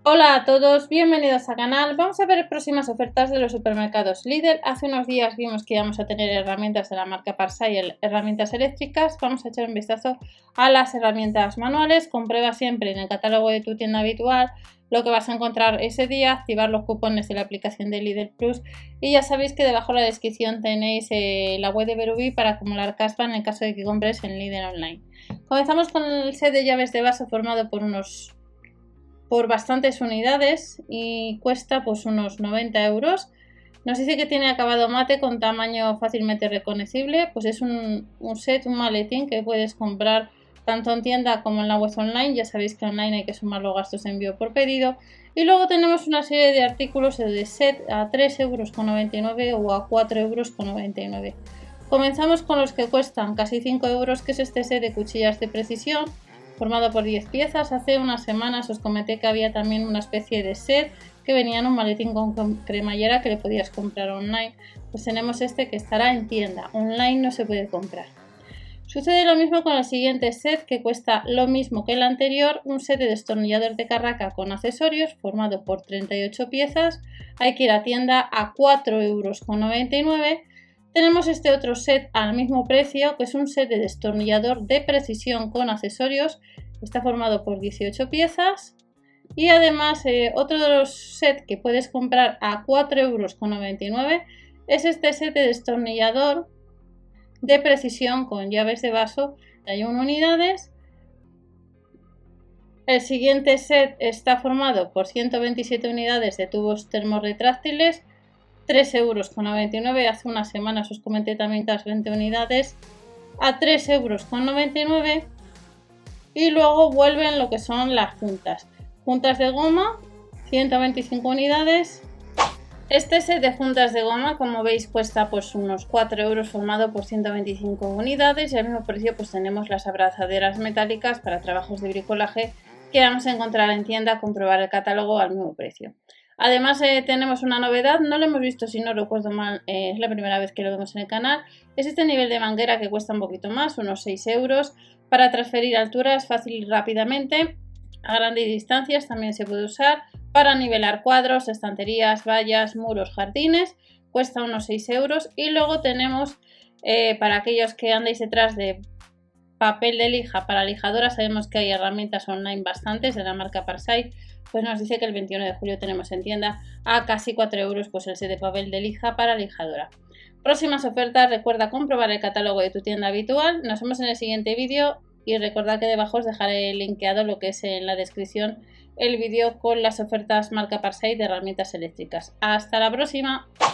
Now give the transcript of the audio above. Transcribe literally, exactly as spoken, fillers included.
Hola a todos, bienvenidos al canal. Vamos a ver próximas ofertas de los supermercados Lidl. Hace unos días vimos que íbamos a tener herramientas de la marca Parcel, herramientas eléctricas. Vamos a echar un vistazo a las herramientas manuales. Comprueba siempre en el catálogo de tu tienda habitual lo que vas a encontrar ese día, activar los cupones de la aplicación de Lidl Plus y ya sabéis que debajo de la descripción tenéis eh, la web de Verubi para acumular cashback en el caso de que compres en Lidl Online. Comenzamos con el set de llaves de vaso formado por unos por bastantes unidades y cuesta pues unos noventa euros. Nos dice que tiene acabado mate con tamaño fácilmente reconocible. Pues es un, un set, un maletín que puedes comprar tanto en tienda como en la web online. Ya sabéis que online hay que sumar los gastos de envío por pedido. Y luego tenemos una serie de artículos de set a tres euros con noventa y nueve o a cuatro euros con noventa y nueve. Comenzamos con los que cuestan casi cinco euros, que es este set de cuchillas de precisión formado por diez piezas. Hace unas semanas os comenté que había también una especie de set que venía en un maletín con cremallera que le podías comprar online. Pues tenemos este que estará en tienda, online no se puede comprar. Sucede lo mismo con el siguiente set, que cuesta lo mismo que el anterior, un set de destornillador de carraca con accesorios formado por treinta y ocho piezas. Hay que ir a tienda a cuatro euros con noventa y nueve. Tenemos este otro set al mismo precio, que es un set de destornillador de precisión con accesorios. Está formado por dieciocho piezas. Y además eh, otro de los sets que puedes comprar a cuatro euros con noventa y nueve es este set de destornillador de precisión con llaves de vaso, treinta y una unidades. El siguiente set está formado por ciento veintisiete unidades de tubos termorretráctiles, tres euros con noventa y nueve. Hace unas semanas os comenté también las veinte unidades a tres euros con noventa y nueve. Y luego vuelven lo que son las juntas. Juntas de goma, ciento veinticinco unidades. Este set de juntas de goma, como veis, cuesta pues unos cuatro euros, formado por ciento veinticinco unidades. Y al mismo precio pues tenemos las abrazaderas metálicas para trabajos de bricolaje que vamos a encontrar en tienda, comprobar el catálogo al mismo precio. Además eh, tenemos una novedad, no lo hemos visto si no recuerdo mal, eh, es la primera vez que lo vemos en el canal. Es este nivel de manguera que cuesta un poquito más, unos seis euros, para transferir alturas fácil y rápidamente. A grandes distancias también se puede usar para nivelar cuadros, estanterías, vallas, muros, jardines. Cuesta unos seis euros. Y luego tenemos eh, para aquellos que andéis detrás de papel de lija para lijadora, sabemos que hay herramientas online bastantes de la marca Parcel. Pues nos dice que el veintiuno de julio tenemos en tienda a casi cuatro euros pues el set de papel de lija para lijadora. Próximas ofertas, recuerda comprobar el catálogo de tu tienda habitual. Nos vemos en el siguiente vídeo y recordad que debajo os dejaré linkeado lo que es en la descripción el vídeo con las ofertas marca Parcel de herramientas eléctricas. Hasta la próxima.